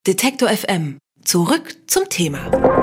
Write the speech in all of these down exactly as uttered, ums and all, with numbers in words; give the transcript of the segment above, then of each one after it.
Detektor F M. Zurück zum Thema.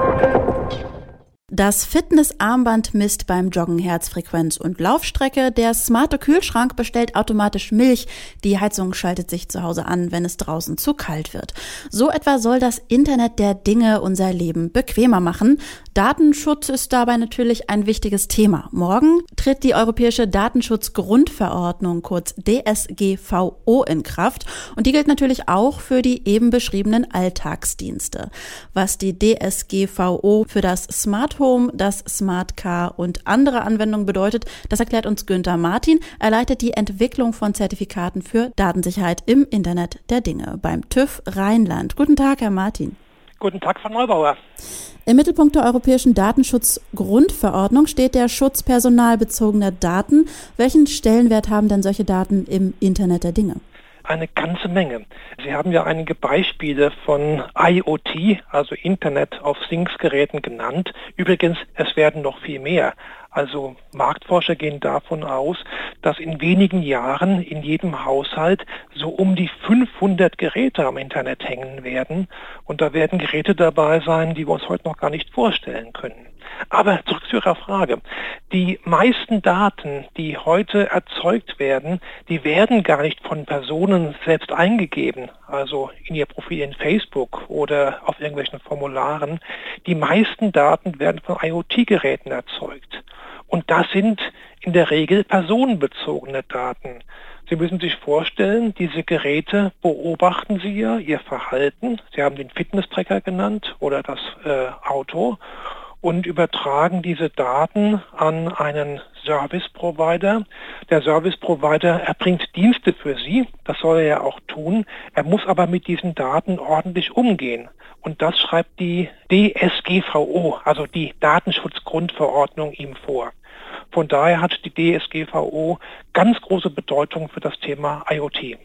Das Fitnessarmband misst beim Joggen Herzfrequenz und Laufstrecke. Der smarte Kühlschrank bestellt automatisch Milch. Die Heizung schaltet sich zu Hause an, wenn es draußen zu kalt wird. So etwa soll das Internet der Dinge unser Leben bequemer machen. Datenschutz ist dabei natürlich ein wichtiges Thema. Morgen tritt die Europäische Datenschutzgrundverordnung, kurz D S G V O, in Kraft. Und die gilt natürlich auch für die eben beschriebenen Alltagsdienste. Was die D S G V O für das Smart Home, das Smart Car und andere Anwendungen bedeutet, das erklärt uns Günther Martin. Er leitet die Entwicklung von Zertifikaten für Datensicherheit im Internet der Dinge beim TÜV Rheinland. Guten Tag, Herr Martin. Guten Tag, Frau Neubauer. Im Mittelpunkt der Europäischen Datenschutzgrundverordnung steht der Schutz personalbezogener Daten. Welchen Stellenwert haben denn solche Daten im Internet der Dinge? Eine ganze Menge. Sie haben ja einige Beispiele von I O T, also Internet of Things Geräten genannt. Übrigens, es werden noch viel mehr. Also Marktforscher gehen davon aus, dass in wenigen Jahren in jedem Haushalt so um die fünfhundert Geräte am Internet hängen werden. Und da werden Geräte dabei sein, die wir uns heute noch gar nicht vorstellen können. Aber zurück zu Ihrer Frage. Die meisten Daten, die heute erzeugt werden, die werden gar nicht von Personen selbst eingegeben, also in ihr Profil in Facebook oder auf irgendwelchen Formularen. Die meisten Daten werden von I O T-Geräten erzeugt. Und das sind in der Regel personenbezogene Daten. Sie müssen sich vorstellen, diese Geräte beobachten Sie ja, Ihr Verhalten. Sie haben den Fitness-Tracker genannt oder das äh, Auto. Und übertragen diese Daten an einen Service-Provider. Der Service-Provider erbringt Dienste für Sie, das soll er ja auch tun. Er muss aber mit diesen Daten ordentlich umgehen. Und das schreibt die D S G V O, also die Datenschutzgrundverordnung, ihm vor. Von daher hat die D S G V O ganz große Bedeutung für das Thema I O T.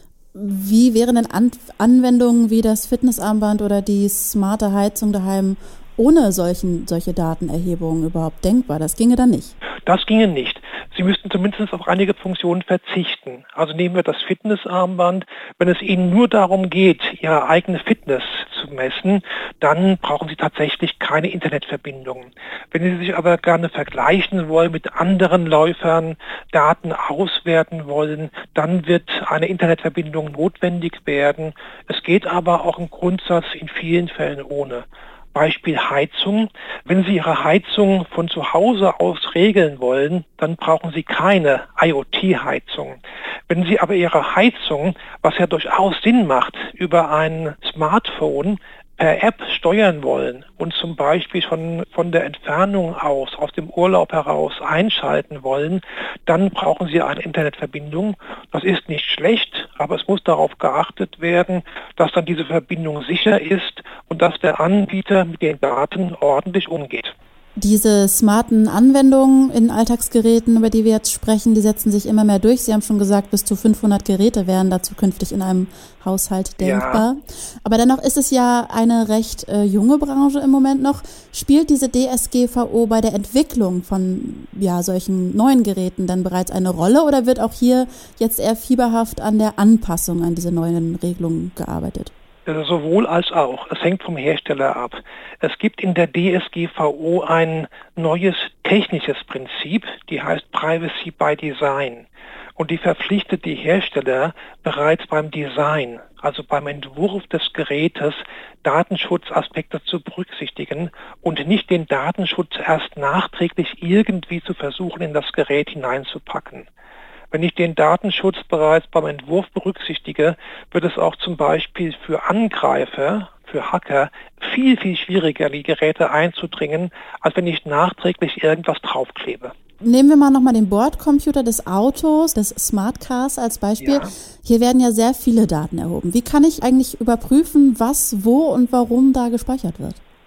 Wie wären denn An- Anwendungen wie das Fitnessarmband oder die smarte Heizung daheim ohne solchen, solche Datenerhebungen überhaupt denkbar? Das ginge dann nicht. Das ginge nicht. Sie müssten zumindest auf einige Funktionen verzichten. Also nehmen wir das Fitnessarmband. Wenn es Ihnen nur darum geht, Ihre eigene Fitness zu messen, dann brauchen Sie tatsächlich keine Internetverbindung. Wenn Sie sich aber gerne vergleichen wollen mit anderen Läufern, Daten auswerten wollen, dann wird eine Internetverbindung notwendig werden. Es geht aber auch im Grundsatz in vielen Fällen ohne. Beispiel Heizung. Wenn Sie Ihre Heizung von zu Hause aus regeln wollen, dann brauchen Sie keine I O T-Heizung. Wenn Sie aber Ihre Heizung, was ja durchaus Sinn macht, über ein Smartphone per App steuern wollen und zum Beispiel von, von der Entfernung aus, aus dem Urlaub heraus einschalten wollen, dann brauchen Sie eine Internetverbindung. Das ist nicht schlecht, aber es muss darauf geachtet werden, dass dann diese Verbindung sicher ist und dass der Anbieter mit den Daten ordentlich umgeht. Diese smarten Anwendungen in Alltagsgeräten, über die wir jetzt sprechen, die setzen sich immer mehr durch. Sie haben schon gesagt, bis zu fünfhundert Geräte wären dazu künftig in einem Haushalt denkbar. Ja. Aber dennoch ist es ja eine recht äh, junge Branche im Moment noch. Spielt diese D S G V O bei der Entwicklung von ja, solchen neuen Geräten dann bereits eine Rolle oder wird auch hier jetzt eher fieberhaft an der Anpassung an diese neuen Regelungen gearbeitet? Also sowohl als auch. Es hängt vom Hersteller ab. Es gibt in der D S G V O ein neues technisches Prinzip, die heißt Privacy by Design. Und die verpflichtet die Hersteller bereits beim Design, also beim Entwurf des Gerätes, Datenschutzaspekte zu berücksichtigen und nicht den Datenschutz erst nachträglich irgendwie zu versuchen, in das Gerät hineinzupacken. Wenn ich den Datenschutz bereits beim Entwurf berücksichtige, wird es auch zum Beispiel für Angreifer, für Hacker, viel, viel schwieriger, in die Geräte einzudringen, als wenn ich nachträglich irgendwas draufklebe. Nehmen wir mal nochmal den Bordcomputer des Autos, des Smart Cars als Beispiel. Ja. Hier werden ja sehr viele Daten erhoben. Wie kann ich eigentlich überprüfen, was, wo und warum da gespeichert wird?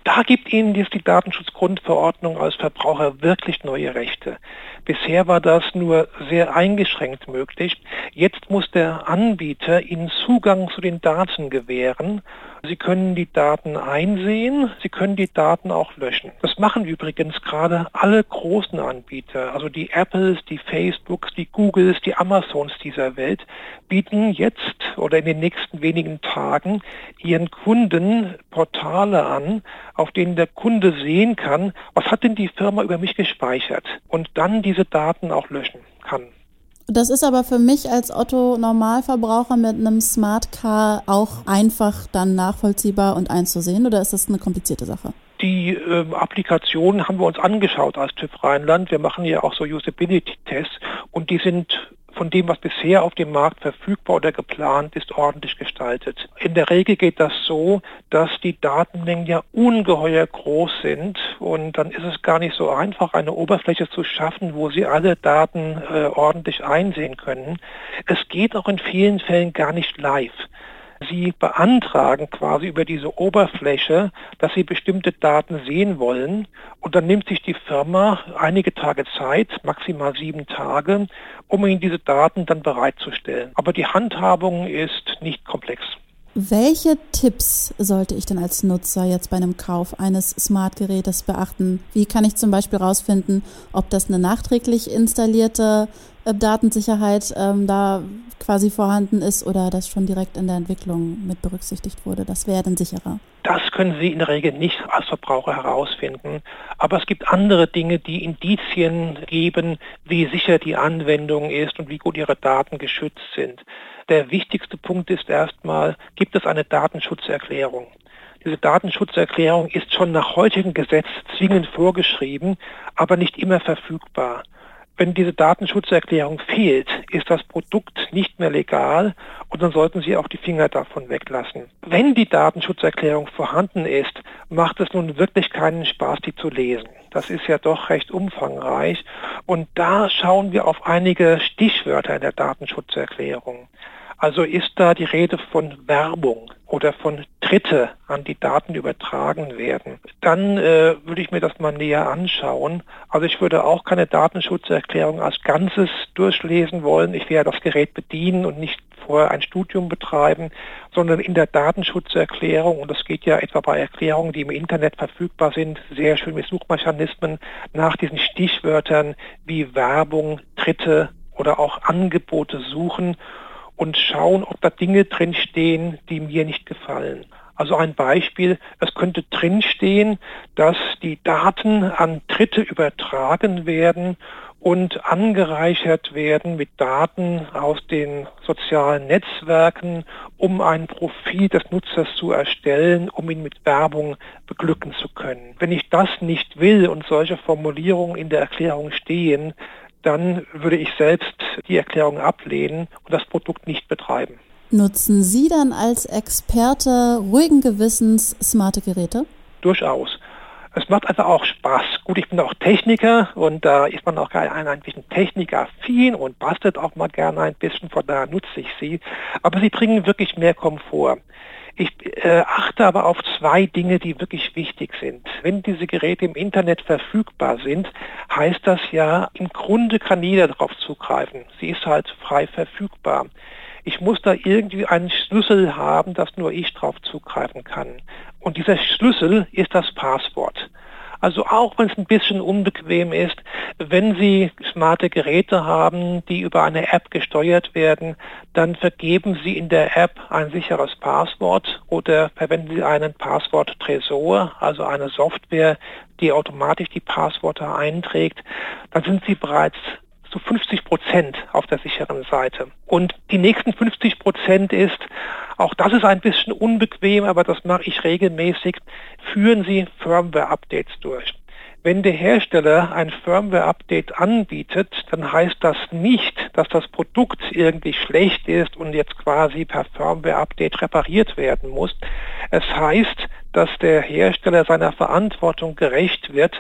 Da gibt Ihnen jetzt die Datenschutzgrundverordnung als Verbraucher wirklich neue Rechte. Bisher war das nur sehr eingeschränkt möglich. Jetzt muss der Anbieter Ihnen Zugang zu den Daten gewähren. Sie können die Daten einsehen, Sie können die Daten auch löschen. Das machen übrigens gerade alle großen Anbieter, also die Apples, die Facebooks, die Googles, die Amazons dieser Welt, bieten jetzt oder in den nächsten wenigen Tagen ihren Kunden Portale an, auf denen der Kunde sehen kann, was hat denn die Firma über mich gespeichert und dann diese Daten auch löschen kann. Das ist aber für mich als Otto-Normalverbraucher mit einem Smart Car auch einfach dann nachvollziehbar und einzusehen, oder ist das eine komplizierte Sache? Die äh, Applikationen haben wir uns angeschaut als TÜV Rheinland. Wir machen ja auch so Usability-Tests und die sind von dem, was bisher auf dem Markt verfügbar oder geplant ist, ordentlich gestaltet. In der Regel geht das so, dass die Datenmengen ja ungeheuer groß sind und dann ist es gar nicht so einfach, eine Oberfläche zu schaffen, wo Sie alle Daten äh, ordentlich einsehen können. Es geht auch in vielen Fällen gar nicht live. Sie beantragen quasi über diese Oberfläche, dass Sie bestimmte Daten sehen wollen und dann nimmt sich die Firma einige Tage Zeit, maximal sieben Tage, um Ihnen diese Daten dann bereitzustellen. Aber die Handhabung ist nicht komplex. Welche Tipps sollte ich denn als Nutzer jetzt bei einem Kauf eines Smartgerätes beachten? Wie kann ich zum Beispiel herausfinden, ob das eine nachträglich installierte äh, Datensicherheit ähm, da quasi vorhanden ist oder das schon direkt in der Entwicklung mit berücksichtigt wurde? Das wäre dann sicherer. Das können Sie in der Regel nicht als Verbraucher herausfinden. Aber es gibt andere Dinge, die Indizien geben, wie sicher die Anwendung ist und wie gut Ihre Daten geschützt sind. Der wichtigste Punkt ist erstmal, gibt es eine Datenschutzerklärung? Diese Datenschutzerklärung ist schon nach heutigem Gesetz zwingend vorgeschrieben, aber nicht immer verfügbar. Wenn diese Datenschutzerklärung fehlt, ist das Produkt nicht mehr legal und dann sollten Sie auch die Finger davon weglassen. Wenn die Datenschutzerklärung vorhanden ist, macht es nun wirklich keinen Spaß, die zu lesen. Das ist ja doch recht umfangreich und da schauen wir auf einige Stichwörter in der Datenschutzerklärung. Also ist da die Rede von Werbung oder von Dritte, an die Daten übertragen werden. Dann äh, würde ich mir das mal näher anschauen. Also ich würde auch keine Datenschutzerklärung als Ganzes durchlesen wollen. Ich werde das Gerät bedienen und nicht vorher ein Studium betreiben, sondern in der Datenschutzerklärung, und das geht ja etwa bei Erklärungen, die im Internet verfügbar sind, sehr schön mit Suchmechanismen nach diesen Stichwörtern wie Werbung, Dritte oder auch Angebote suchen und schauen, ob da Dinge drinstehen, die mir nicht gefallen. Also ein Beispiel, es könnte drinstehen, dass die Daten an Dritte übertragen werden und angereichert werden mit Daten aus den sozialen Netzwerken, um ein Profil des Nutzers zu erstellen, um ihn mit Werbung beglücken zu können. Wenn ich das nicht will und solche Formulierungen in der Erklärung stehen, dann würde ich selbst die Erklärung ablehnen und das Produkt nicht betreiben. Nutzen Sie dann als Experte ruhigen Gewissens smarte Geräte? Durchaus. Es macht einfach auch Spaß. Gut, ich bin auch Techniker und da ist man auch ein, ein bisschen technikaffin und bastelt auch mal gerne ein bisschen, von daher nutze ich sie. Aber sie bringen wirklich mehr Komfort. Ich äh, achte aber auf zwei Dinge, die wirklich wichtig sind. Wenn diese Geräte im Internet verfügbar sind, heißt das ja, im Grunde kann jeder darauf zugreifen. Sie ist halt frei verfügbar. Ich muss da irgendwie einen Schlüssel haben, dass nur ich drauf zugreifen kann. Und dieser Schlüssel ist das Passwort. Also auch wenn es ein bisschen unbequem ist, wenn Sie smarte Geräte haben, die über eine App gesteuert werden, dann vergeben Sie in der App ein sicheres Passwort oder verwenden Sie einen Passwort-Tresor, also eine Software, die automatisch die Passwörter einträgt. Dann sind Sie bereits zu fünfzig Prozent auf der sicheren Seite. Und die nächsten fünfzig Prozent ist, auch das ist ein bisschen unbequem, aber das mache ich regelmäßig, führen Sie Firmware-Updates durch. Wenn der Hersteller ein Firmware-Update anbietet, dann heißt das nicht, dass das Produkt irgendwie schlecht ist und jetzt quasi per Firmware-Update repariert werden muss. Es heißt, dass der Hersteller seiner Verantwortung gerecht wird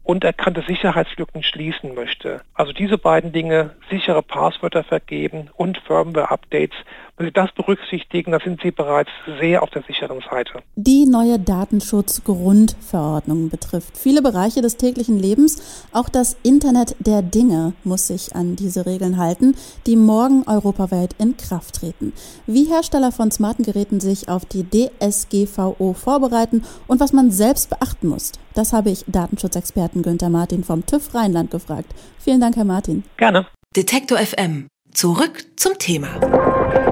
und erkannte Sicherheitslücken schließen möchte. Also diese beiden Dinge, sichere Passwörter vergeben und Firmware-Updates, wenn Sie das berücksichtigen, dann sind Sie bereits sehr auf der sicheren Seite. Die neue Datenschutzgrundverordnung betrifft viele Bereiche des täglichen Lebens. Auch das Internet der Dinge muss sich an diese Regeln halten, die morgen europaweit in Kraft treten. Wie Hersteller von smarten Geräten sich auf die D S G V O vorbereiten und was man selbst beachten muss, das habe ich Datenschutzexperten Günther Martin vom TÜV Rheinland gefragt. Vielen Dank, Herr Martin. Gerne. Detektor F M. Zurück zum Thema.